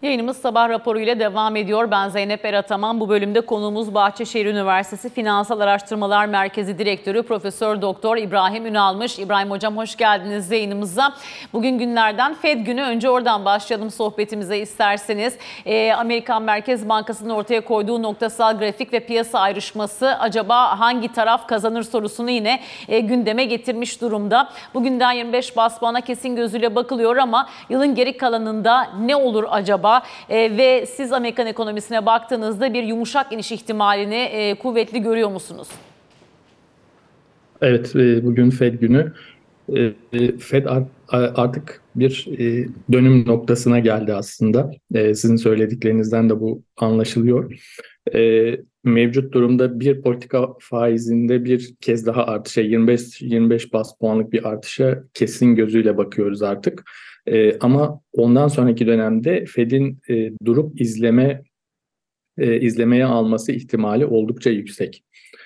Yayınımız sabah raporu ile devam ediyor. Ben Zeynep Erataman. Bu bölümde konuğumuz Bahçeşehir Üniversitesi Finansal Araştırmalar Merkezi Direktörü Profesör Doktor İbrahim Ünal'mış. İbrahim Hocam hoş geldiniz yayınımıza. Bugün günlerden Fed günü. Önce oradan başlayalım sohbetimize isterseniz. Amerikan Merkez Bankası'nın ortaya koyduğu noktasal grafik ve piyasa ayrışması acaba hangi taraf kazanır sorusunu yine gündeme getirmiş durumda. Bugünden 25 bas puana kesin gözüyle bakılıyor ama yılın geri kalanında ne olur acaba? Ve siz Amerikan ekonomisine baktığınızda bir yumuşak iniş ihtimalini kuvvetli görüyor musunuz? Evet, bugün Fed günü. Fed artık bir dönüm noktasına geldi aslında. Sizin söylediklerinizden de bu anlaşılıyor. Mevcut durumda bir politika faizinde bir kez daha artışa, 25 bas puanlık bir artışa kesin gözüyle bakıyoruz artık. Ama ondan sonraki dönemde Fed'in durup izlemeye alması ihtimali oldukça yüksek.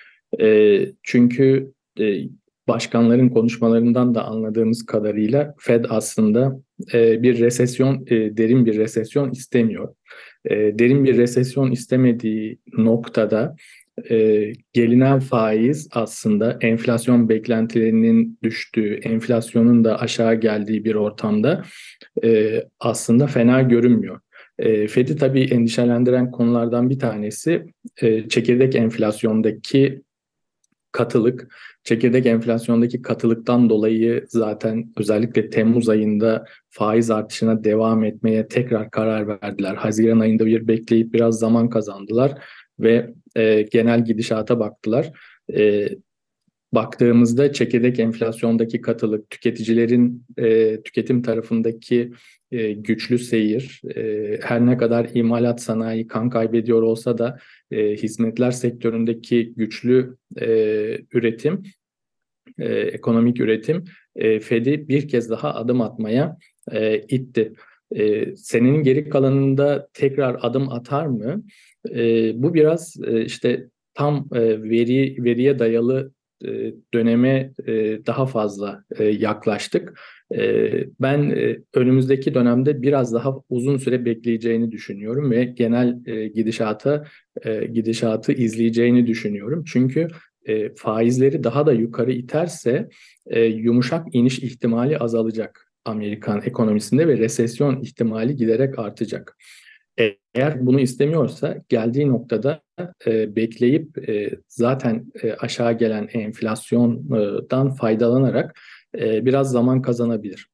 Çünkü başkanların konuşmalarından da anladığımız kadarıyla Fed aslında bir resesyon, derin bir resesyon istemiyor. Derin bir resesyon istemediği noktada gelinen faiz aslında enflasyon beklentilerinin düştüğü, enflasyonun da aşağı geldiği bir ortamda aslında fena görünmüyor. Fed'i tabii endişelendiren konulardan bir tanesi çekirdek enflasyondaki katılık. Çekirdek enflasyondaki katılıktan dolayı zaten özellikle Temmuz ayında faiz artışına devam etmeye tekrar karar verdiler. Haziran ayında bir bekleyip biraz zaman kazandılar ve genel gidişata baktılar. E, Baktığımızda çekirdek enflasyondaki katılık, tüketicilerin tüketim tarafındaki güçlü seyir, her ne kadar imalat sanayi kan kaybediyor olsa da hizmetler sektöründeki güçlü üretim, ekonomik üretim Fed'i bir kez daha adım atmaya itti. Senenin geri kalanında tekrar adım atar mı? Bu biraz işte tam veriye dayalı döneme daha fazla yaklaştık. Ben önümüzdeki dönemde biraz daha uzun süre bekleyeceğini düşünüyorum ve genel gidişatı izleyeceğini düşünüyorum. Çünkü faizleri daha da yukarı iterse yumuşak iniş ihtimali azalacak Amerikan ekonomisinde ve resesyon ihtimali giderek artacak. Eğer bunu istemiyorsa geldiği noktada bekleyip zaten aşağı gelen enflasyondan faydalanarak biraz zaman kazanabilir.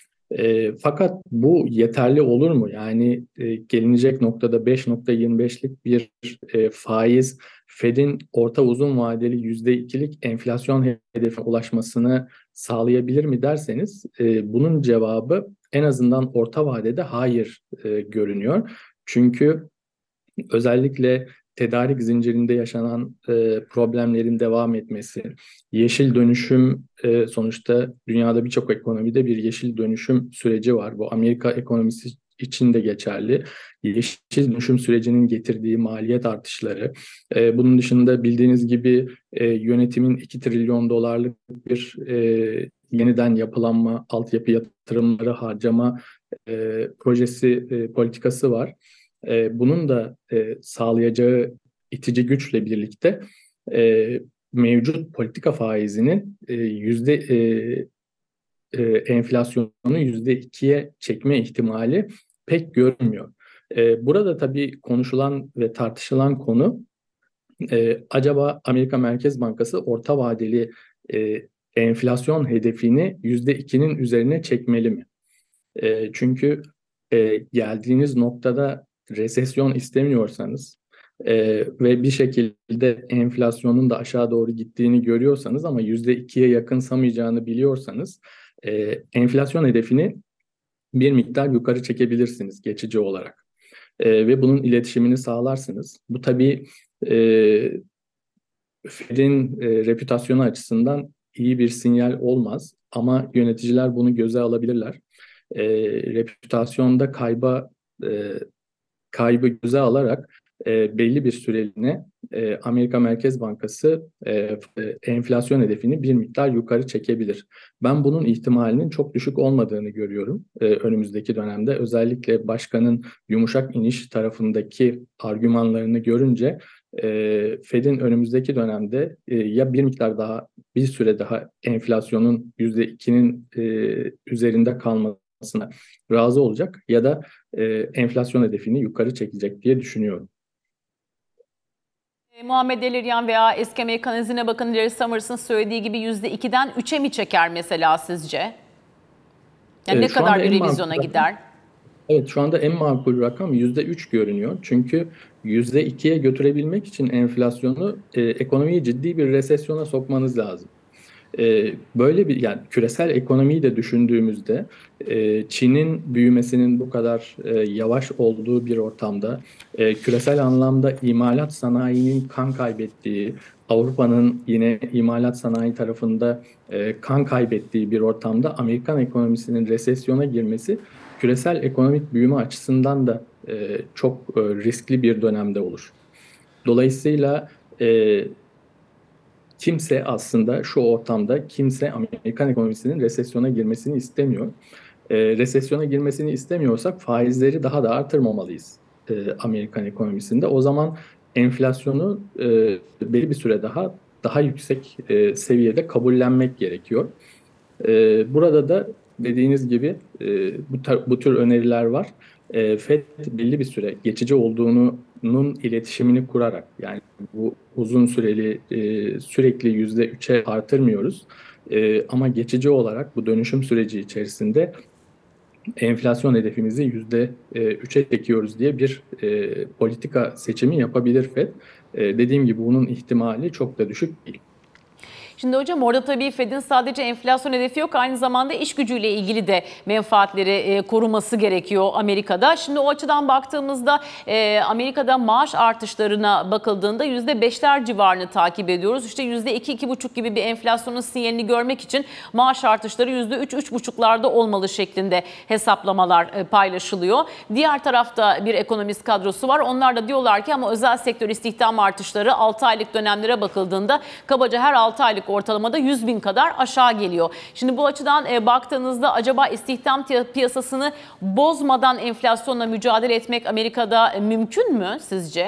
Fakat bu yeterli olur mu? Yani gelinecek noktada 5,25'lik bir faiz Fed'in orta uzun vadeli %2'lik enflasyon hedefine ulaşmasını sağlayabilir mi derseniz bunun cevabı en azından orta vadede hayır görünüyor. Çünkü özellikle tedarik zincirinde yaşanan problemlerin devam etmesi, yeşil dönüşüm sonuçta dünyada birçok ekonomide bir yeşil dönüşüm süreci var. Bu Amerika ekonomisi için de geçerli. Yeşil dönüşüm sürecinin getirdiği maliyet artışları, bunun dışında bildiğiniz gibi yönetimin 2 trilyon dolarlık bir yeniden yapılanma, altyapı yatırımları harcama projesi, politikası var. Bunun da sağlayacağı itici güçle birlikte e, mevcut politika faizinin enflasyonu %2'ye çekme ihtimali pek görünmüyor. Burada tabii konuşulan ve tartışılan konu acaba Amerika Merkez Bankası orta vadeli enflasyon hedefini %2'nin üzerine çekmeli mi? Çünkü geldiğiniz noktada resesyon istemiyorsanız ve bir şekilde enflasyonun da aşağı doğru gittiğini görüyorsanız ama %2'ye yakınsamayacağını biliyorsanız enflasyon hedefini bir miktar yukarı çekebilirsiniz geçici olarak. Ve bunun iletişimini sağlarsınız. Bu tabii e, Fed'in reputasyonu açısından iyi bir sinyal olmaz ama yöneticiler bunu göze alabilirler. Reputasyonda e, kaybı göze alarak belli bir süreliğine Amerika Merkez Bankası enflasyon hedefini bir miktar yukarı çekebilir. Ben bunun ihtimalinin çok düşük olmadığını görüyorum önümüzdeki dönemde. Özellikle başkanın yumuşak iniş tarafındaki argümanlarını görünce Fed'in önümüzdeki dönemde ya bir miktar daha bir süre daha enflasyonun %2'nin üzerinde kalmasına razı olacak ya da enflasyon hedefini yukarı çekecek diye düşünüyorum. Muhammed Eliryan veya eski Amerikan Hazine Bakanı Larry Summers'ın söylediği gibi %2'den 3'e mi çeker mesela sizce? Yani ne Şu anda kadar bir en makul revizyona rakam, gider? evet şu anda en makul rakam %3 görünüyor. Çünkü %2'ye götürebilmek için enflasyonu ekonomiyi ciddi bir resesyona sokmanız lazım. Böyle bir yani küresel ekonomiyi de düşündüğümüzde Çin'in büyümesinin bu kadar yavaş olduğu bir ortamda küresel anlamda imalat sanayinin kan kaybettiği, Avrupa'nın yine imalat sanayi tarafında kan kaybettiği bir ortamda Amerikan ekonomisinin resesyona girmesi küresel ekonomik büyüme açısından da çok riskli bir dönemde olur. Dolayısıyla e, kimse aslında şu ortamda kimse Amerikan ekonomisinin resesyona girmesini istemiyor. Resesyona girmesini istemiyorsak faizleri daha da artırmamalıyız Amerikan ekonomisinde. O zaman enflasyonu belli bir süre daha yüksek seviyede kabullenmek gerekiyor. Burada da dediğiniz gibi bu tür öneriler var. FED belli bir süre geçici olduğunun iletişimini kurarak yani bu uzun süreli sürekli %3'e artırmıyoruz. Ama geçici olarak bu dönüşüm süreci içerisinde enflasyon hedefimizi %3'e çekiyoruz diye bir politika seçimi yapabilir FED. Dediğim gibi bunun ihtimali çok da düşük değil. Şimdi hocam orada tabii Fed'in sadece enflasyon hedefi yok, aynı zamanda iş gücüyle ilgili de menfaatleri koruması gerekiyor Amerika'da. Şimdi o açıdan baktığımızda Amerika'da maaş artışlarına bakıldığında %5'ler civarını takip ediyoruz. İşte %2-2,5 gibi bir enflasyonun sinyalini görmek için maaş artışları %3-3,5'larda olmalı şeklinde hesaplamalar paylaşılıyor. Diğer tarafta bir ekonomist kadrosu var. Onlar da diyorlar ki ama özel sektör istihdam artışları 6 aylık dönemlere bakıldığında kabaca her 6 aylık ortalamada 100 bin kadar aşağı geliyor. Şimdi bu açıdan baktığınızda acaba istihdam piyasasını bozmadan enflasyonla mücadele etmek Amerika'da mümkün mü sizce?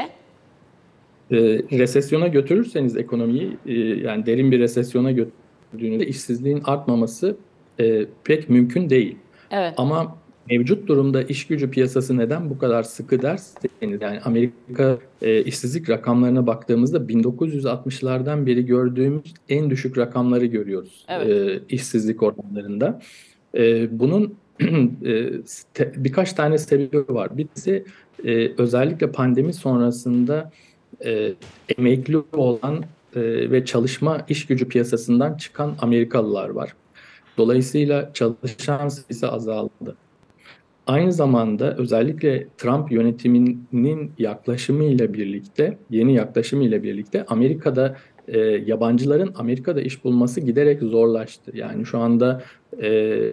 Resesyona götürürseniz ekonomiyi yani derin bir resesyona götürdüğünüzde işsizliğin artmaması pek mümkün değil. Evet. Ama mevcut durumda iş gücü piyasası neden bu kadar sıkı derseniz yani Amerika işsizlik rakamlarına baktığımızda 1960'lardan beri gördüğümüz en düşük rakamları görüyoruz Evet. işsizlik oranlarında. Bunun birkaç tane sebebi var. Birisi özellikle pandemi sonrasında e, emekli olan ve çalışma iş gücü piyasasından çıkan Amerikalılar var. Dolayısıyla çalışan sayısı azaldı. Aynı zamanda özellikle Trump yönetiminin yaklaşımıyla birlikte, yeni yaklaşımıyla birlikte Amerika'da yabancıların Amerika'da iş bulması giderek zorlaştı. Yani şu anda e,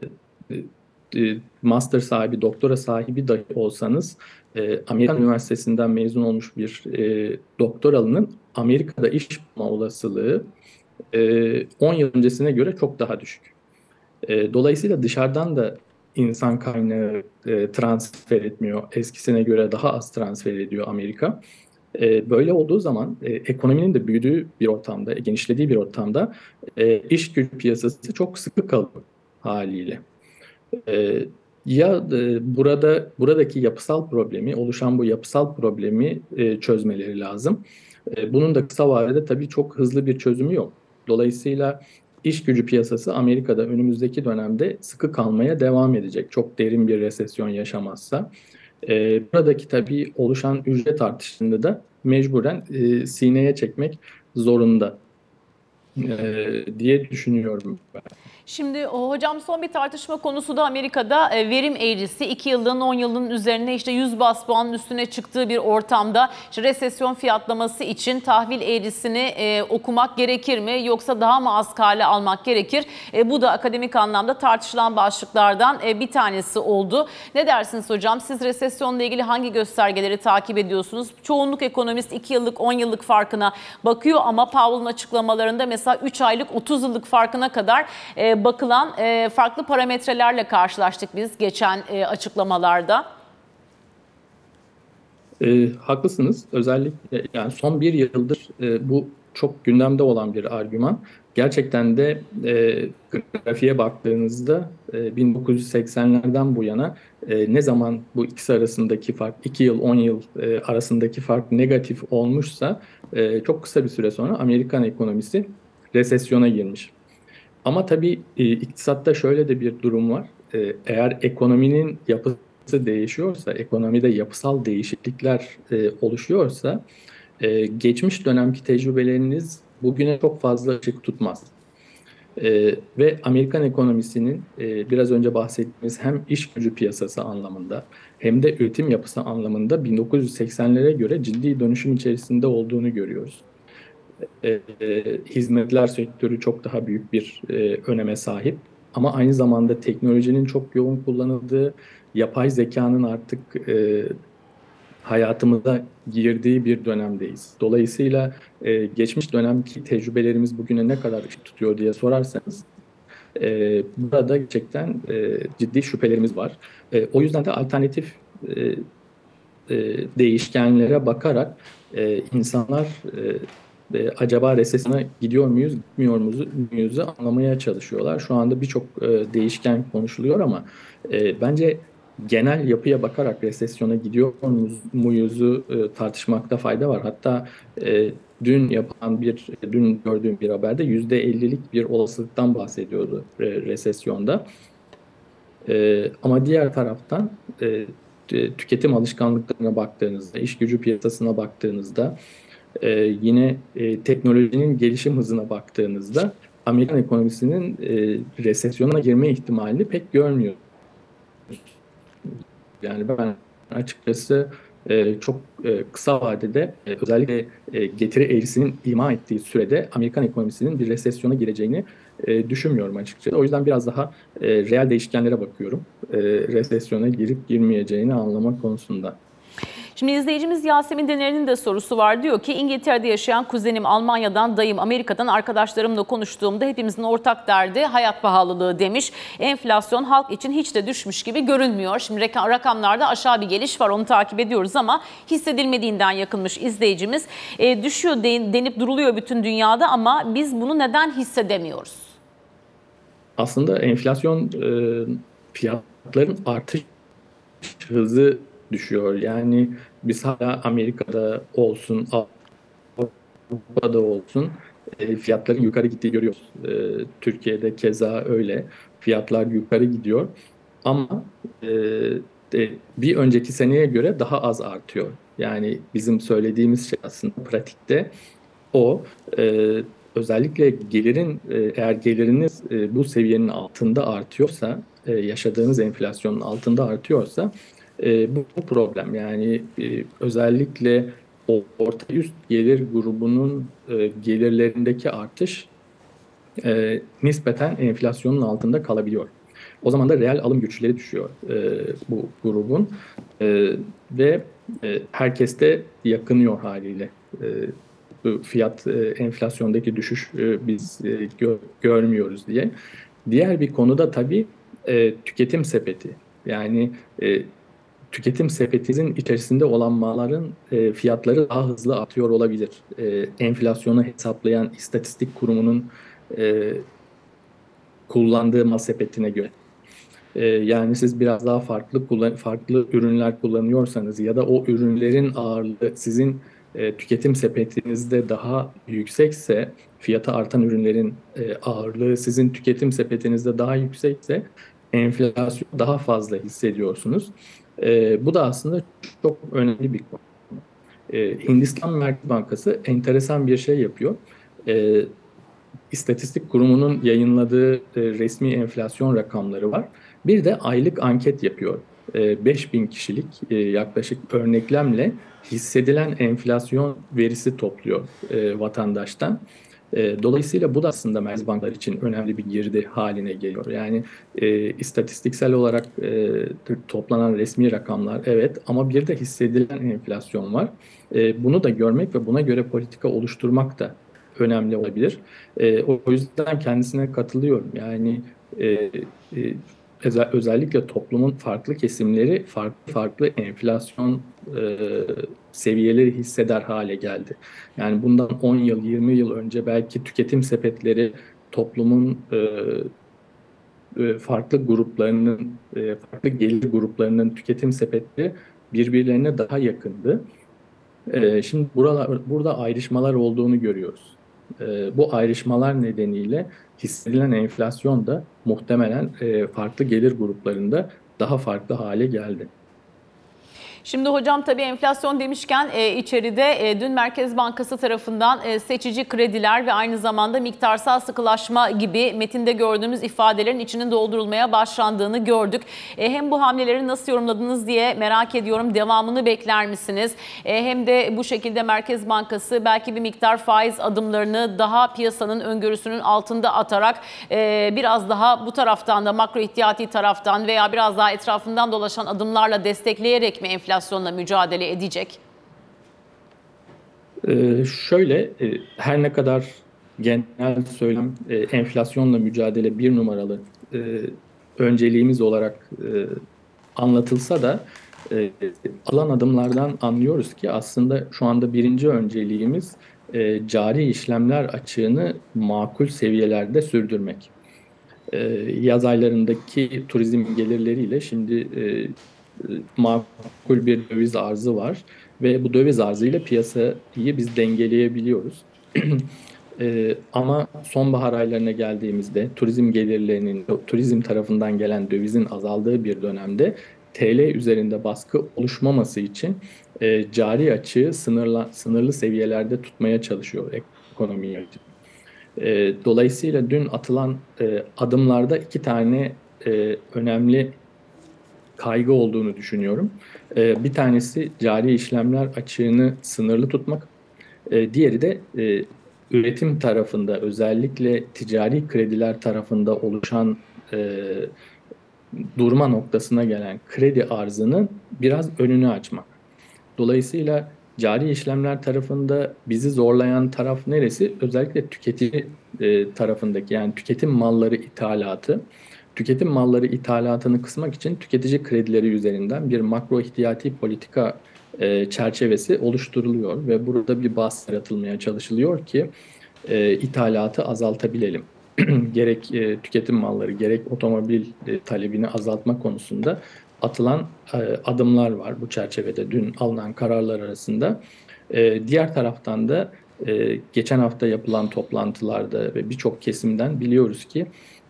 master sahibi, doktora sahibi dahi olsanız Amerikan Üniversitesi'nden mezun olmuş bir doktoralının Amerika'da iş bulma olasılığı 10 yıl öncesine göre çok daha düşük. Dolayısıyla dışarıdan da insan kaynağı transfer etmiyor. Eskisine göre daha az transfer ediyor Amerika. Böyle olduğu zaman ekonominin de büyüdüğü bir ortamda, genişlediği bir ortamda iş gücü piyasası çok sıkı kalıyor haliyle. E, Ya buradaki yapısal problemi, oluşan bu yapısal problemi çözmeleri lazım. Bunun da kısa vadede tabii çok hızlı bir çözümü yok. Dolayısıyla iş gücü piyasası Amerika'da önümüzdeki dönemde sıkı kalmaya devam edecek. Çok derin bir resesyon yaşamazsa. Buradaki tabii oluşan ücret artışında da mecburen sineye çekmek zorunda diye düşünüyorum ben. Şimdi hocam son bir tartışma konusu da Amerika'da verim eğrisi 2 yılın 10 yılın üzerine işte 100 bas puanın üstüne çıktığı bir ortamda işte resesyon fiyatlaması için tahvil eğrisini okumak gerekir mi yoksa daha mı az kale almak gerekir? Bu da akademik anlamda tartışılan başlıklardan bir tanesi oldu. Ne dersiniz hocam? Siz resesyonla ilgili hangi göstergeleri takip ediyorsunuz? Çoğunluk ekonomist 2 yıllık 10 yıllık farkına bakıyor ama Powell'ın açıklamalarında mesela 3 aylık 30 yıllık farkına kadar bakılan farklı parametrelerle karşılaştık biz geçen açıklamalarda. Haklısınız. Özellikle yani son bir yıldır bu çok gündemde olan bir argüman. Gerçekten de grafiğe baktığınızda 1980'lerden bu yana ne zaman bu ikisi arasındaki fark, 2 yıl 10 yıl arasındaki fark negatif olmuşsa çok kısa bir süre sonra Amerikan ekonomisi resesyona girmiş. Ama tabii iktisatta şöyle de bir durum var. Eğer ekonominin yapısı değişiyorsa, ekonomide yapısal değişiklikler oluşuyorsa, geçmiş dönemki tecrübeleriniz bugüne çok fazla ışık tutmaz. Ve Amerikan ekonomisinin biraz önce bahsettiğimiz hem iş gücü piyasası anlamında hem de üretim yapısı anlamında 1980'lere göre ciddi dönüşüm içerisinde olduğunu görüyoruz. Hizmetler sektörü çok daha büyük bir öneme sahip. Ama aynı zamanda teknolojinin çok yoğun kullanıldığı, yapay zekanın artık hayatımıza girdiği bir dönemdeyiz. Dolayısıyla geçmiş dönemki tecrübelerimiz bugüne ne kadar ışık tutuyor diye sorarsanız, burada gerçekten ciddi şüphelerimiz var. O yüzden de alternatif değişkenlere bakarak insanlar acaba resesyona gidiyor muyuz, gitmiyor muyuz anlamaya çalışıyorlar. Şu anda birçok değişken konuşuluyor ama bence genel yapıya bakarak resesyona gidiyor muyuzu tartışmakta fayda var. Hatta dün gördüğüm bir haberde %50'lik bir olasılıktan bahsediyordu resesyonda. Ama diğer taraftan tüketim alışkanlıklarına baktığınızda, iş gücü piyasasına baktığınızda, yine teknolojinin gelişim hızına baktığınızda Amerikan ekonomisinin resesyona girme ihtimalini pek görmüyoruz. Yani ben açıkçası çok kısa vadede özellikle getiri eğrisinin ima ettiği sürede Amerikan ekonomisinin bir resesyona gireceğini düşünmüyorum açıkçası. O yüzden biraz daha reel değişkenlere bakıyorum. Resesyona girip girmeyeceğini anlama konusunda. Şimdi izleyicimiz Yasemin Dener'in de sorusu var. Diyor ki İngiltere'de yaşayan kuzenim, Almanya'dan dayım, Amerika'dan arkadaşlarımla konuştuğumda hepimizin ortak derdi hayat pahalılığı demiş. Enflasyon halk için hiç de düşmüş gibi görünmüyor. Şimdi rakamlarda aşağı bir geliş var, onu takip ediyoruz ama hissedilmediğinden yakınmış izleyicimiz. Düşüyor denip duruluyor bütün dünyada ama biz bunu neden hissedemiyoruz? Aslında enflasyon fiyatların artış hızı düşüyor. Yani biz hala Amerika'da olsun, Avrupa'da olsun fiyatların yukarı gittiği görüyoruz. Türkiye'de keza öyle. Fiyatlar yukarı gidiyor. Ama bir önceki seneye göre daha az artıyor. Yani bizim söylediğimiz şey aslında pratikte o. Özellikle eğer geliriniz bu seviyenin altında artıyorsa, yaşadığınız enflasyonun altında artıyorsa bu problem. Yani özellikle orta üst gelir grubunun gelirlerindeki artış nispeten enflasyonun altında kalabiliyor. O zaman da reel alım güçleri düşüyor bu grubun ve herkes de yakınıyor haliyle. Bu fiyat enflasyondaki düşüş biz görmüyoruz diye. Diğer bir konuda tabii tüketim sepeti. Yani tüketim sepetinizin içerisinde olan malların fiyatları daha hızlı artıyor olabilir. Enflasyonu hesaplayan istatistik kurumunun e, kullandığı mal sepetine göre. Yani siz biraz daha farklı ürünler kullanıyorsanız ya da o ürünlerin ağırlığı sizin tüketim sepetinizde daha yüksekse, fiyatı artan ürünlerin ağırlığı sizin tüketim sepetinizde daha yüksekse enflasyon daha fazla hissediyorsunuz. Bu da aslında çok önemli bir konu. Hindistan Merkez Bankası enteresan bir şey yapıyor. İstatistik Kurumu'nun yayınladığı resmi enflasyon rakamları var. Bir de aylık anket yapıyor. 5.000 kişilik yaklaşık örneklemle hissedilen enflasyon verisi topluyor vatandaştan. Dolayısıyla bu da aslında merkez bankalar için önemli bir girdi haline geliyor. Yani istatistiksel olarak toplanan resmi rakamlar evet, ama bir de hissedilen enflasyon var. Bunu da görmek ve buna göre politika oluşturmak da önemli olabilir. O yüzden kendisine katılıyorum. Yani e, e, özellikle toplumun farklı kesimleri farklı farklı enflasyon seviyeleri hisseder hale geldi. Yani bundan 10 yıl, 20 yıl önce belki tüketim sepetleri toplumun farklı gruplarının, farklı gelir gruplarının tüketim sepetleri birbirlerine daha yakındı. Şimdi burada ayrışmalar olduğunu görüyoruz. Bu ayrışmalar nedeniyle hissedilen enflasyon da muhtemelen farklı gelir gruplarında daha farklı hale geldi. Şimdi hocam tabii enflasyon demişken içeride dün Merkez Bankası tarafından seçici krediler ve aynı zamanda miktarsal sıkılaşma gibi metinde gördüğümüz ifadelerin içinin doldurulmaya başlandığını gördük. Hem bu hamleleri nasıl yorumladınız diye merak ediyorum. Devamını bekler misiniz? Hem de bu şekilde Merkez Bankası belki bir miktar faiz adımlarını daha piyasanın öngörüsünün altında atarak biraz daha bu taraftan da makro ihtiyati taraftan veya biraz daha etrafından dolaşan adımlarla destekleyerek mi enflasyonla mücadele edecek? Her ne kadar genel söylem enflasyonla mücadele bir numaralı önceliğimiz olarak anlatılsa da e, alan adımlardan anlıyoruz ki aslında şu anda birinci önceliğimiz cari işlemler açığını makul seviyelerde sürdürmek. e, Yaz aylarındaki turizm gelirleriyle şimdi makul bir döviz arzı var ve bu döviz arzıyla piyasayı biz dengeleyebiliyoruz. Ama sonbahar aylarına geldiğimizde turizm gelirlerinin turizm tarafından gelen dövizin azaldığı bir dönemde TL üzerinde baskı oluşmaması için cari açığı sınırlı seviyelerde tutmaya çalışıyor ekonomi yönetimi. Dolayısıyla dün atılan adımlarda iki tane önemli kaygı olduğunu düşünüyorum. Bir tanesi cari işlemler açığını sınırlı tutmak. Diğeri de üretim tarafında özellikle ticari krediler tarafında oluşan durma noktasına gelen kredi arzının biraz önünü açmak. Dolayısıyla cari işlemler tarafında bizi zorlayan taraf neresi? Özellikle tüketici tarafındaki, yani tüketim malları ithalatı. Tüketim malları ithalatını kısmak için tüketici kredileri üzerinden bir makro ihtiyati politika çerçevesi oluşturuluyor ve burada bir baz yaratılmaya çalışılıyor ki ithalatı azaltabilelim. Gerek tüketim malları gerek otomobil talebini azaltma konusunda atılan adımlar var bu çerçevede dün alınan kararlar arasında. Diğer taraftan da geçen hafta yapılan toplantılarda ve birçok kesimden biliyoruz ki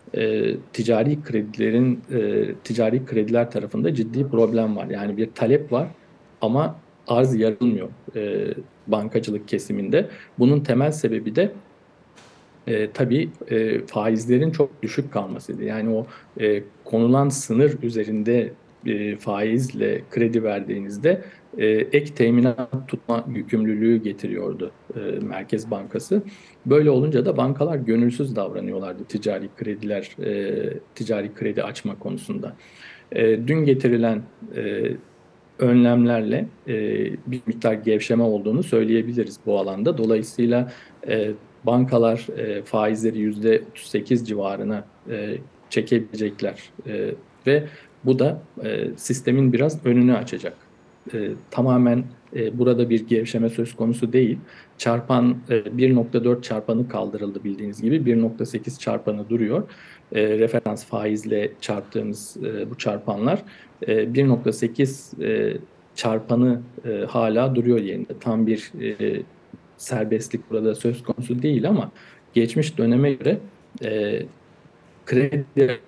ticari krediler tarafında ciddi problem var. Yani bir talep var ama arz yaratılmıyor bankacılık kesiminde. Bunun temel sebebi de tabii faizlerin çok düşük kalmasıydı. Yani o konulan sınır üzerinde faizle kredi verdiğinizde ek teminat tutma yükümlülüğü getiriyordu Merkez Bankası. Böyle olunca da bankalar gönülsüz davranıyorlardı ticari kredi açma konusunda. Dün getirilen önlemlerle bir miktar gevşeme olduğunu söyleyebiliriz bu alanda. Dolayısıyla bankalar faizleri %38 civarına çekebilecekler ve bu da sistemin biraz önünü açacak. Tamamen burada bir gevşeme söz konusu değil. 1.4 çarpanı kaldırıldı bildiğiniz gibi, 1.8 çarpanı duruyor. Referans faizle çarptığımız bu çarpanlar 1.8 çarpanı hala duruyor yerinde. Tam bir serbestlik burada söz konusu değil ama geçmiş döneme göre e, kredi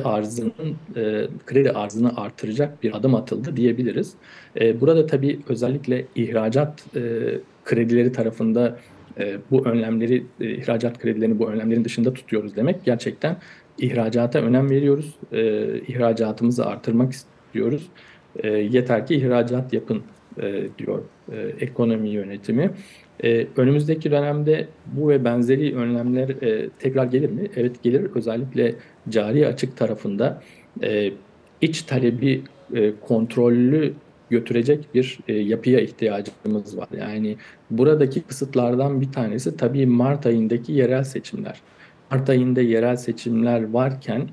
kredi arzını artıracak bir adım atıldı diyebiliriz. Burada tabii özellikle ihracat kredileri tarafında bu önlemleri, ihracat kredilerini bu önlemlerin dışında tutuyoruz demek. Gerçekten ihracata önem veriyoruz. İhracatımızı artırmak istiyoruz. Yeter ki ihracat yapın diyor ekonomi yönetimi. Önümüzdeki dönemde bu ve benzeri önlemler tekrar gelir mi? Evet gelir. Özellikle cari açık tarafında e, iç talebi kontrollü götürecek bir yapıya ihtiyacımız var. Yani buradaki kısıtlardan bir tanesi tabii Mart ayındaki yerel seçimler. Mart ayında yerel seçimler varken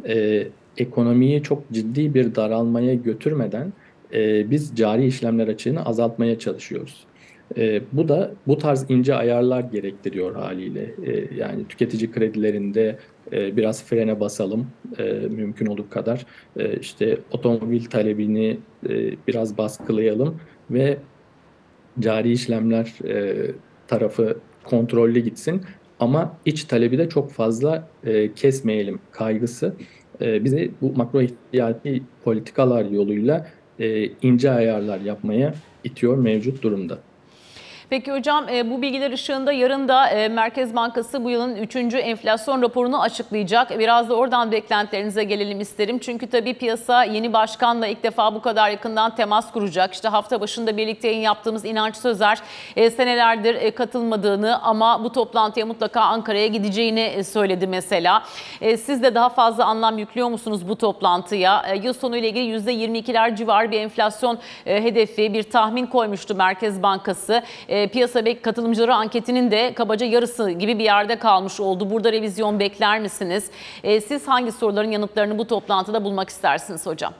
ekonomiyi çok ciddi bir daralmaya götürmeden biz cari işlemler açığını azaltmaya çalışıyoruz. Bu da bu tarz ince ayarlar gerektiriyor haliyle. Yani tüketici kredilerinde biraz frene basalım mümkün olduğu kadar. İşte otomobil talebini biraz baskılayalım ve cari işlemler tarafı kontrollü gitsin. Ama iç talebi de çok fazla kesmeyelim kaygısı bizi bu makro ihtiyati politikalar yoluyla ince ayarlar yapmaya itiyor mevcut durumda. Peki hocam, bu bilgiler ışığında yarın da Merkez Bankası bu yılın 3. enflasyon raporunu açıklayacak. Biraz da oradan beklentilerinize gelelim isterim. Çünkü tabii piyasa yeni başkanla ilk defa bu kadar yakından temas kuracak. İşte hafta başında birlikte yayın yaptığımız İnanç Sözer senelerdir katılmadığını ama bu toplantıya mutlaka Ankara'ya gideceğini söyledi mesela. Siz de daha fazla anlam yüklüyor musunuz bu toplantıya? Yıl sonu ile ilgili %22'ler civarı bir enflasyon hedefi, bir tahmin koymuştu Merkez Bankası. Piyasa katılımcıları anketinin de kabaca yarısı gibi bir yerde kalmış oldu. Burada revizyon bekler misiniz? Siz hangi soruların yanıtlarını bu toplantıda bulmak istersiniz hocam?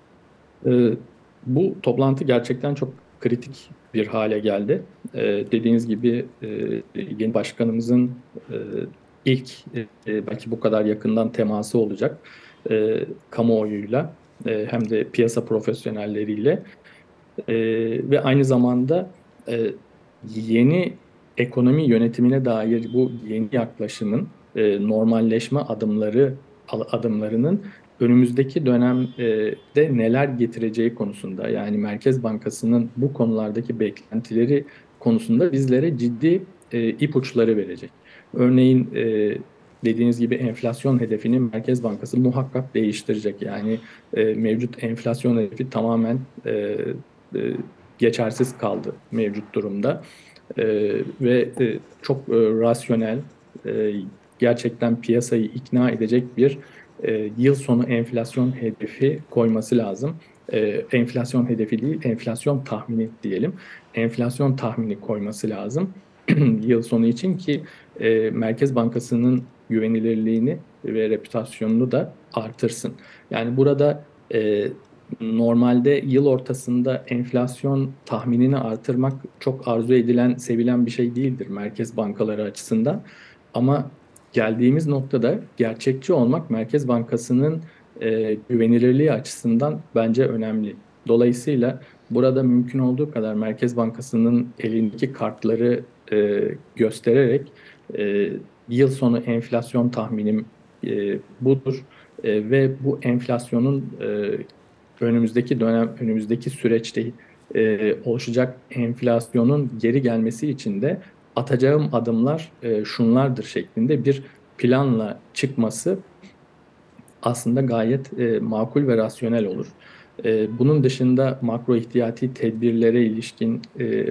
Ee, Bu toplantı gerçekten çok kritik bir hale geldi. Dediğiniz gibi yeni başkanımızın ilk belki bu kadar yakından teması olacak kamuoyuyla hem de piyasa profesyonelleriyle. Ve aynı zamanda e, yeni ekonomi yönetimine dair bu yeni yaklaşımın normalleşme adımlarının önümüzdeki dönemde neler getireceği konusunda yani Merkez Bankası'nın bu konulardaki beklentileri konusunda bizlere ciddi ipuçları verecek. Örneğin dediğiniz gibi enflasyon hedefini Merkez Bankası muhakkak değiştirecek. Yani mevcut enflasyon hedefi tamamen e, geçersiz kaldı mevcut durumda. E, ve çok rasyonel, e, gerçekten piyasayı ikna edecek bir yıl sonu enflasyon hedefi koyması lazım. Enflasyon hedefi değil, enflasyon tahmini diyelim. Enflasyon tahmini koyması lazım yıl sonu için ki Merkez Bankası'nın güvenilirliğini ve reputasyonunu da artırsın. Yani burada normalde yıl ortasında enflasyon tahminini artırmak çok arzu edilen, sevilen bir şey değildir merkez bankaları açısından. Ama geldiğimiz noktada gerçekçi olmak Merkez Bankası'nın güvenilirliği açısından bence önemli. Dolayısıyla burada mümkün olduğu kadar Merkez Bankası'nın elindeki kartları göstererek e, yıl sonu enflasyon tahminim budur. Ve bu enflasyonun önümüzdeki dönem, önümüzdeki süreçte oluşacak enflasyonun geri gelmesi için de atacağım adımlar şunlardır şeklinde bir planla çıkması aslında gayet makul ve rasyonel olur. Bunun dışında makro ihtiyati tedbirlere ilişkin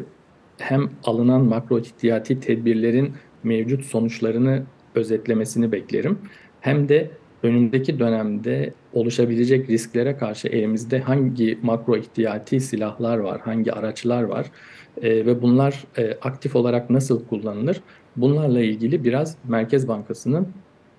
hem alınan makro ihtiyati tedbirlerin mevcut sonuçlarını özetlemesini beklerim. Hem de önümüzdeki dönemde oluşabilecek risklere karşı elimizde hangi makro ihtiyati silahlar var, hangi araçlar var ve bunlar aktif olarak nasıl kullanılır? Bunlarla ilgili biraz Merkez Bankası'nın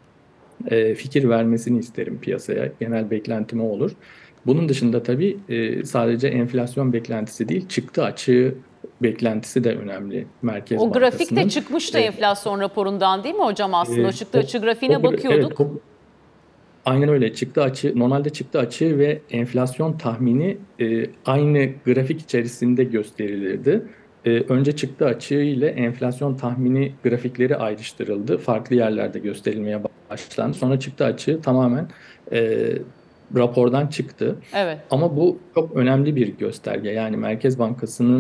fikir vermesini isterim piyasaya. Genel beklentim o olur. Bunun dışında tabii sadece enflasyon beklentisi değil, çıktı açığı beklentisi de önemli Merkez O grafik de Bankası'nın. çıkmıştı E, enflasyon raporundan değil mi hocam aslında? O çıktı açı grafiğine evet, bakıyorduk. aynen öyle. Çıktı açığı, normalde çıktı açığı ve enflasyon tahmini aynı grafik içerisinde gösterilirdi. Önce çıktı açığı ile enflasyon tahmini grafikleri ayrıştırıldı. Farklı yerlerde gösterilmeye başlandı. Sonra çıktı açığı tamamen e, rapordan çıktı. Evet. Ama bu çok önemli bir gösterge. Yani Merkez Bankası'nın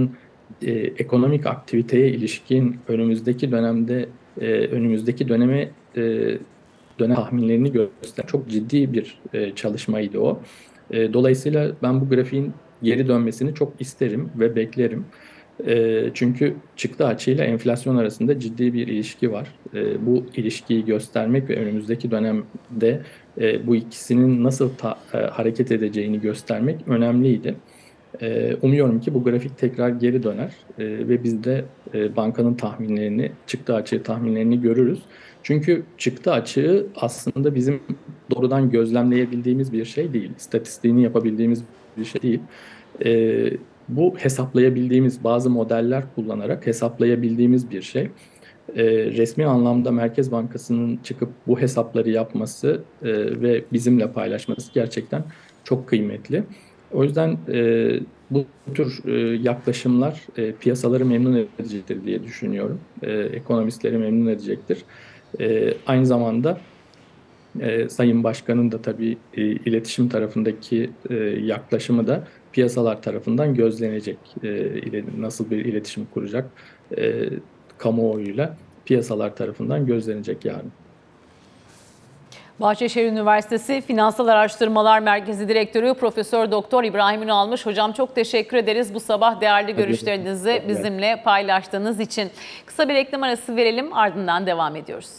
ekonomik aktiviteye ilişkin önümüzdeki döneme dönem tahminlerini gösteren çok ciddi bir çalışmaydı o. Dolayısıyla ben bu grafiğin geri dönmesini çok isterim ve beklerim. Çünkü çıktı açığıyla enflasyon arasında ciddi bir ilişki var. Bu ilişkiyi göstermek ve önümüzdeki dönemde bu ikisinin nasıl hareket edeceğini göstermek önemliydi. Umuyorum ki bu grafik tekrar geri döner ve biz de bankanın çıktı açığı tahminlerini görürüz. Çünkü çıktı açığı aslında bizim doğrudan gözlemleyebildiğimiz bir şey değil, istatistiğini yapabildiğimiz bir şey değil. Bu hesaplayabildiğimiz bazı modeller kullanarak hesaplayabildiğimiz bir şey. Resmi anlamda Merkez Bankası'nın çıkıp bu hesapları yapması ve bizimle paylaşması gerçekten çok kıymetli. O yüzden bu tür yaklaşımlar piyasaları memnun edecektir diye düşünüyorum. Ekonomistleri memnun edecektir. Aynı zamanda Sayın Başkan'ın da tabii iletişim tarafındaki yaklaşımı da piyasalar tarafından gözlenecek. Nasıl bir iletişim kuracak kamuoyuyla piyasalar tarafından gözlenecek yarın. Bahçeşehir Üniversitesi Finansal Araştırmalar Merkezi Direktörü Profesör Doktor İbrahim Ünalmış. Hocam çok teşekkür ederiz bu sabah değerli görüşlerinizi bizimle paylaştığınız için. Kısa bir reklam arası verelim, ardından devam ediyoruz.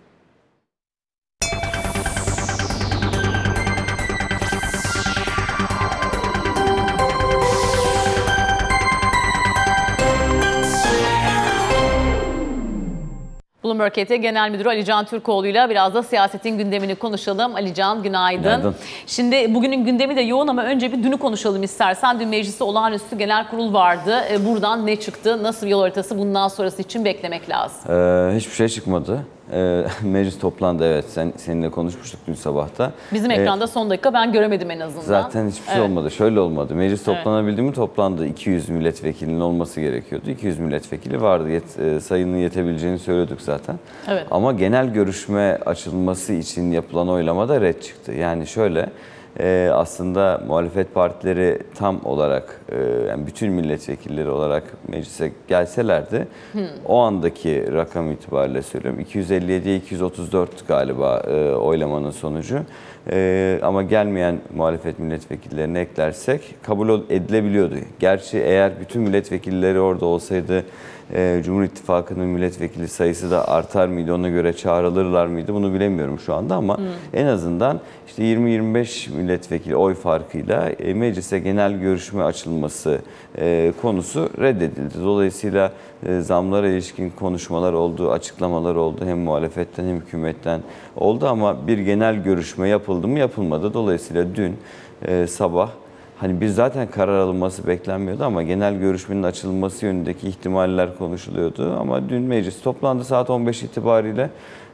Bloomberg ET Genel Müdürü Ali Can Türkoğlu ile biraz da siyasetin gündemini konuşalım. Ali Can, günaydın. Günaydın. Şimdi bugünün gündemi de yoğun ama önce bir dünü konuşalım istersen. Dün mecliste olağanüstü genel kurul vardı. Buradan ne çıktı? Nasıl bir yol haritası bundan sonrası için beklemek lazım? Hiçbir şey çıkmadı. Meclis toplandı, evet. Seninle konuşmuştuk dün sabahta. Bizim ekranda son dakika ben göremedim en azından. Zaten hiçbir şey olmadı. Şöyle olmadı. Meclis toplanabildi mi? Toplandı. 200 milletvekilinin olması gerekiyordu. 200 milletvekili vardı. Sayının yetebileceğini söylüyorduk zaten. Evet. Ama genel görüşme açılması için yapılan oylamada red çıktı. Yani şöyle... aslında muhalefet partileri tam olarak yani bütün milletvekilleri olarak meclise gelselerdi o andaki rakam itibariyle söylüyorum 257'ye 234 galiba oylamanın sonucu. Ama gelmeyen muhalefet milletvekillerini eklersek kabul edilebiliyordu. Gerçi eğer bütün milletvekilleri orada olsaydı Cumhur İttifakı'nın milletvekili sayısı da artar mıydı, ona göre çağrılırlar mıydı bunu bilemiyorum şu anda ama en azından işte 20-25 milletvekili oy farkıyla meclise genel görüşme açılması konusu reddedildi. Dolayısıyla zamlara ilişkin konuşmalar oldu, açıklamalar oldu. Hem muhalefetten hem hükümetten oldu ama bir genel görüşme yapıldı mı yapılmadı. Dolayısıyla dün sabah hani biz zaten karar alınması beklenmiyordu ama genel görüşmenin açılması yönündeki ihtimaller konuşuluyordu. Ama dün meclis toplandı saat 15 itibariyle.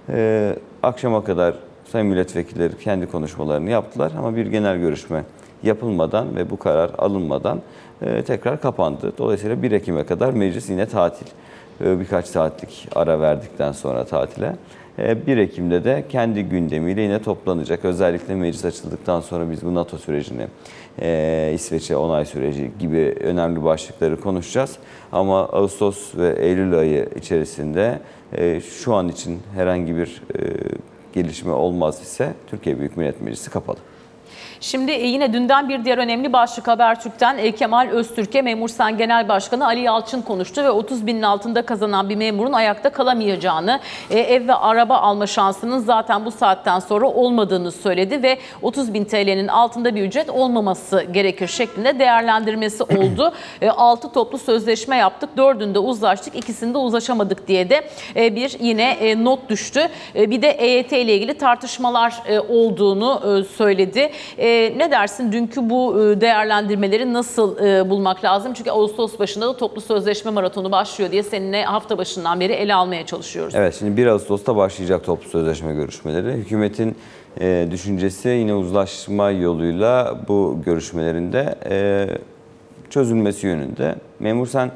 Akşama kadar sayın milletvekilleri kendi konuşmalarını yaptılar. Ama bir genel görüşme yapılmadan ve bu karar alınmadan tekrar kapandı. Dolayısıyla 1 Ekim'e kadar meclis yine tatil. Birkaç saatlik ara verdikten sonra tatile. 1 Ekim'de de kendi gündemiyle yine toplanacak. Özellikle meclis açıldıktan sonra biz bu NATO sürecini, İsveç'e onay süreci gibi önemli başlıkları konuşacağız. Ama Ağustos ve Eylül ayı içerisinde şu an için herhangi bir gelişme olmaz ise Türkiye Büyük Millet Meclisi kapalı. Şimdi yine dünden bir diğer önemli başlık Habertürk'ten Kemal Öztürk'e Memursen Genel Başkanı Ali Yalçın konuştu ve 30 binin altında kazanan bir memurun ayakta kalamayacağını, ev ve araba alma şansının zaten bu saatten sonra olmadığını söyledi ve 30 bin TL'nin altında bir ücret olmaması gerekir şeklinde değerlendirmesi oldu. 6 toplu sözleşme yaptık, 4'ünde uzlaştık, 2'sinde uzlaşamadık diye de bir yine not düştü. Bir de EYT ile ilgili tartışmalar olduğunu söyledi. Ne dersin? Dünkü bu değerlendirmeleri nasıl bulmak lazım? Çünkü Ağustos başında da toplu sözleşme maratonu başlıyor diye seninle hafta başından beri ele almaya çalışıyoruz. Evet, şimdi 1 Ağustos'ta başlayacak toplu sözleşme görüşmeleri. Hükümetin düşüncesi yine uzlaşma yoluyla bu görüşmelerinde çözülmesi yönünde. Memursen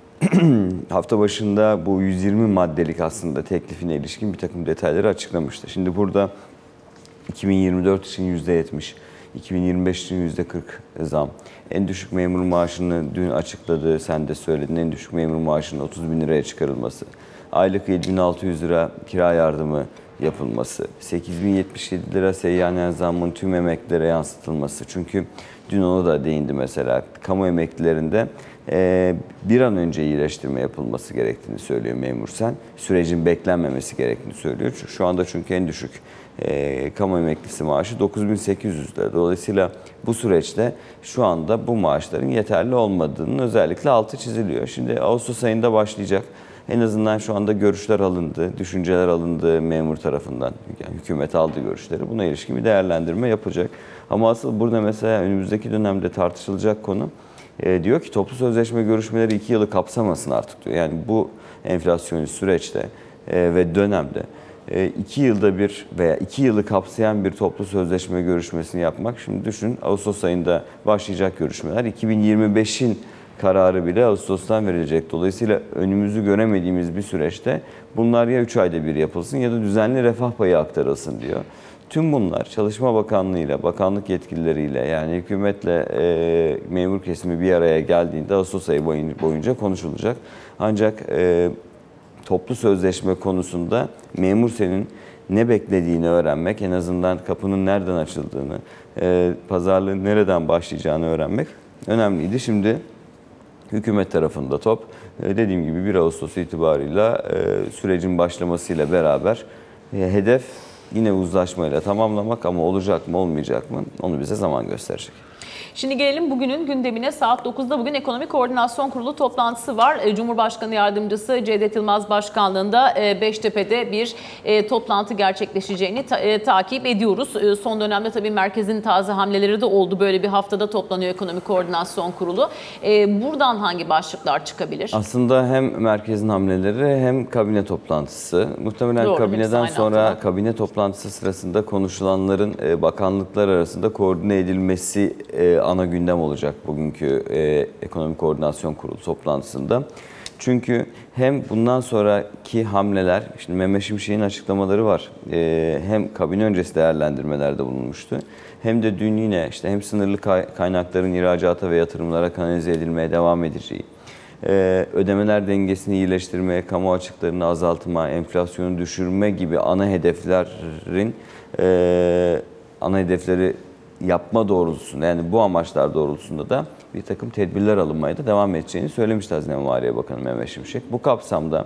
hafta başında bu 120 maddelik aslında teklifine ilişkin bir takım detayları açıklamıştı. Şimdi burada 2024 için %70, 2025 için %40 zam. En düşük memur maaşını dün açıkladı, sen de söyledin, en düşük memur maaşının 30 bin liraya çıkarılması. Aylık 7.600 lira kira yardımı yapılması, 8.077 lira seyyanen zammın tüm emeklilere yansıtılması. Çünkü dün ona da değindi mesela. Kamu emeklilerinde bir an önce iyileştirme yapılması gerektiğini söylüyor memur sen. Sürecin beklenmemesi gerektiğini söylüyor. Şu anda çünkü en düşük kamu emeklisi maaşı 9.800 lira. Dolayısıyla bu süreçte şu anda bu maaşların yeterli olmadığının özellikle altı çiziliyor. Şimdi Ağustos ayında başlayacak. En azından şu anda görüşler alındı, düşünceler alındı memur tarafından. Yani hükümet aldı görüşleri. Buna ilişkin bir değerlendirme yapacak. Ama asıl burada mesela önümüzdeki dönemde tartışılacak konu diyor ki toplu sözleşme görüşmeleri 2 yılı kapsamasın artık diyor. Yani bu enflasyonist süreçte ve dönemde 2 yılda bir veya 2 yılı kapsayan bir toplu sözleşme görüşmesini yapmak. Şimdi düşün, Ağustos ayında başlayacak görüşmeler 2025'in kararı bile Ağustos'tan verilecek. Dolayısıyla önümüzü göremediğimiz bir süreçte bunlar ya 3 ayda bir yapılsın ya da düzenli refah payı aktarılsın diyor. Tüm bunlar Çalışma Bakanlığı ile, bakanlık yetkilileriyle yani hükümetle memur kesimi bir araya geldiğinde Ağustos ayı boyunca konuşulacak. Ancak toplu sözleşme konusunda memur senin ne beklediğini öğrenmek, en azından kapının nereden açıldığını, pazarlığın nereden başlayacağını öğrenmek önemliydi. Şimdi hükümet tarafında top, dediğim gibi 1 Ağustos itibarıyla sürecin başlamasıyla beraber hedef yine uzlaşmayla tamamlamak ama olacak mı olmayacak mı onu bize zaman gösterecek. Şimdi gelelim bugünün gündemine. Saat 9'da bugün Ekonomi Koordinasyon Kurulu toplantısı var. Cumhurbaşkanı Yardımcısı Cevdet Yılmaz Başkanlığı'nda Beştepe'de bir toplantı gerçekleşeceğini takip ediyoruz. Son dönemde tabii merkezin taze hamleleri de oldu. Böyle bir haftada toplanıyor Ekonomi Koordinasyon Kurulu. Buradan hangi başlıklar çıkabilir? Aslında hem merkezin hamleleri hem kabine toplantısı. Muhtemelen Doğru, kabineden aynı sonra haftada. kabine toplantısı sırasında konuşulanların bakanlıklar arasında koordine edilmesi ana gündem olacak bugünkü Ekonomi Koordinasyon Kurulu toplantısında. Çünkü hem bundan sonraki hamleler, şimdi Mehmet Şimşek'in açıklamaları var. Hem kabine öncesi değerlendirmelerde bulunmuştu. Hem de dün yine işte hem sınırlı kaynakların ihracata ve yatırımlara kanalize edilmeye devam edeceği, ödemeler dengesini iyileştirmeye, kamu açıklarını azaltma, enflasyonu düşürme gibi ana hedefleri yapma doğrultusunda, yani bu amaçlar doğrultusunda da bir takım tedbirler alınmaya da devam edeceğini söylemişti Hazine ve Maliye Bakanı Mehmet Şimşek. Bu kapsamda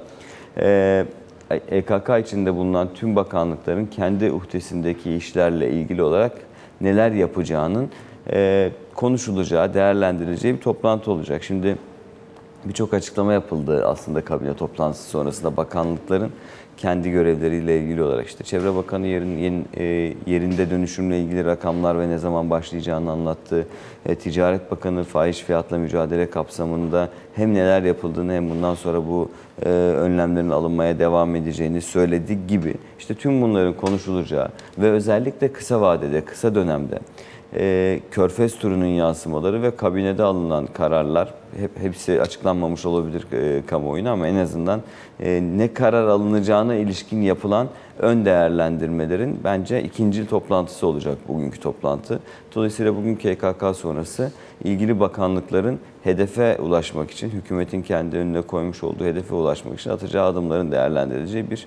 EKK içinde bulunan tüm bakanlıkların kendi uhdesindeki işlerle ilgili olarak neler yapacağının konuşulacağı, değerlendirileceği bir toplantı olacak. Şimdi birçok açıklama yapıldı aslında kabine toplantısı sonrasında bakanlıkların kendi görevleriyle ilgili olarak işte Çevre Bakanı yerinde dönüşümle ilgili rakamlar ve ne zaman başlayacağını anlattı. Ticaret Bakanı fahiş fiyatla mücadele kapsamında hem neler yapıldığını hem bundan sonra bu önlemlerin alınmaya devam edeceğini söyledi gibi. İşte tüm bunların konuşulacağı ve özellikle kısa vadede, kısa dönemde Körfez turunun yansımaları ve kabinede alınan kararlar hepsi açıklanmamış olabilir kamuoyuna ama en azından ne karar alınacağına ilişkin yapılan ön değerlendirmelerin bence ikinci toplantısı olacak bugünkü toplantı. Dolayısıyla bugünkü EKK sonrası ilgili bakanlıkların hedefe ulaşmak için, hükümetin kendi önüne koymuş olduğu hedefe ulaşmak için atacağı adımların değerlendirileceği bir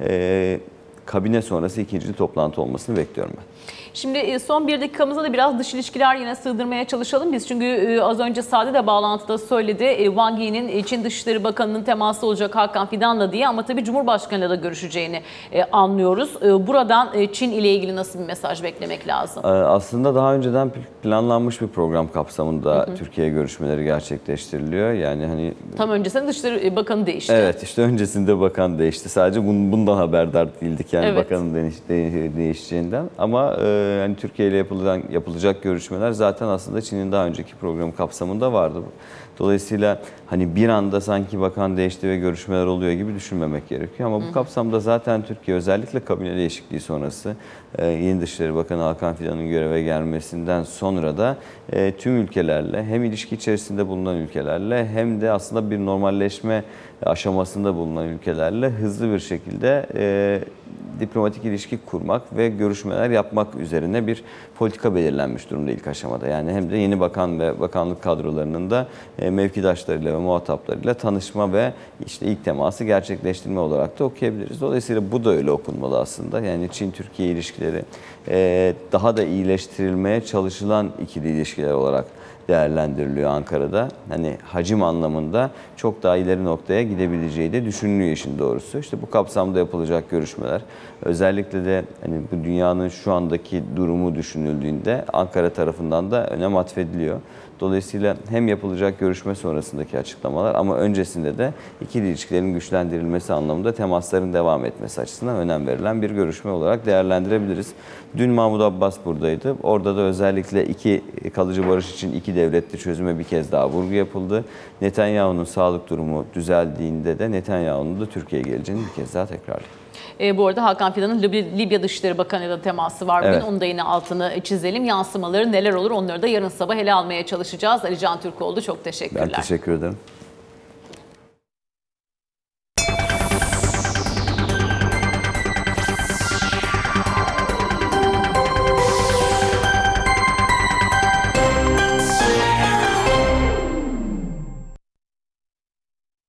kabine sonrası ikinci toplantı olmasını bekliyorum ben. Şimdi son bir dakikamızda da biraz dış ilişkiler yine sığdırmaya çalışalım biz. Çünkü az önce Sade de bağlantıda söyledi. Wang Yi'nin Çin Dışişleri Bakanı'nın teması olacak Hakan Fidan'la diye ama tabii Cumhurbaşkanı'yla da görüşeceğini anlıyoruz. Buradan Çin ile ilgili nasıl bir mesaj beklemek lazım? Aslında daha önceden planlanmış bir program kapsamında Türkiye görüşmeleri gerçekleştiriliyor. Yani hani tam öncesinde Dışişleri Bakanı değişti. Evet, işte öncesinde bakan değişti. Sadece bundan haberdar değildik yani Evet. bakanın değişeceğinden. Ama yani Türkiye ile yapılacak görüşmeler zaten aslında Çin'in daha önceki programı kapsamında vardı. Dolayısıyla hani bir anda sanki bakan değişti ve görüşmeler oluyor gibi düşünmemek gerekiyor. Ama bu kapsamda zaten Türkiye özellikle kabine değişikliği sonrası yeni Dışişleri Bakanı Hakan Fidan'ın göreve gelmesinden sonra da tüm ülkelerle hem ilişki içerisinde bulunan ülkelerle hem de aslında bir normalleşme aşamasında bulunan ülkelerle hızlı bir şekilde diplomatik ilişki kurmak ve görüşmeler yapmak üzerine bir politika belirlenmiş durumda ilk aşamada. Yani hem de yeni bakan ve bakanlık kadrolarının da mevkidaşlarıyla ve muhataplarıyla tanışma ve işte ilk teması gerçekleştirme olarak da okuyabiliriz. Dolayısıyla bu da öyle okunmalı aslında. Yani Çin-Türkiye ilişkileri daha da iyileştirilmeye çalışılan ikili ilişkiler olarak değerlendiriliyor Ankara'da. Hani hacim anlamında çok daha ileri noktaya gidebileceği de düşünülüyor işin doğrusu. İşte bu kapsamda yapılacak görüşmeler, özellikle de hani bu dünyanın şu andaki durumu düşünüldüğünde Ankara tarafından da önem atfediliyor. Dolayısıyla hem yapılacak görüşme sonrasındaki açıklamalar ama öncesinde de ikili ilişkilerin güçlendirilmesi anlamında temasların devam etmesi açısından önem verilen bir görüşme olarak değerlendirebiliriz. Dün Mahmut Abbas buradaydı. Orada da özellikle kalıcı barış için iki devletli çözüme bir kez daha vurgu yapıldı. Netanyahu'nun sağlık durumu düzeldiğinde de Netanyahu'nun da Türkiye'ye geleceğini bir kez daha tekrarladı. Bu arada Hakan Fidan'ın Libya Dışişleri Bakanı'yla teması var bugün. Evet. Onu da yine altını çizelim. Yansımaları neler olur onları da yarın sabah ele almaya çalışacağız. Ali Can Türkoğlu çok teşekkürler. Ben teşekkür ederim.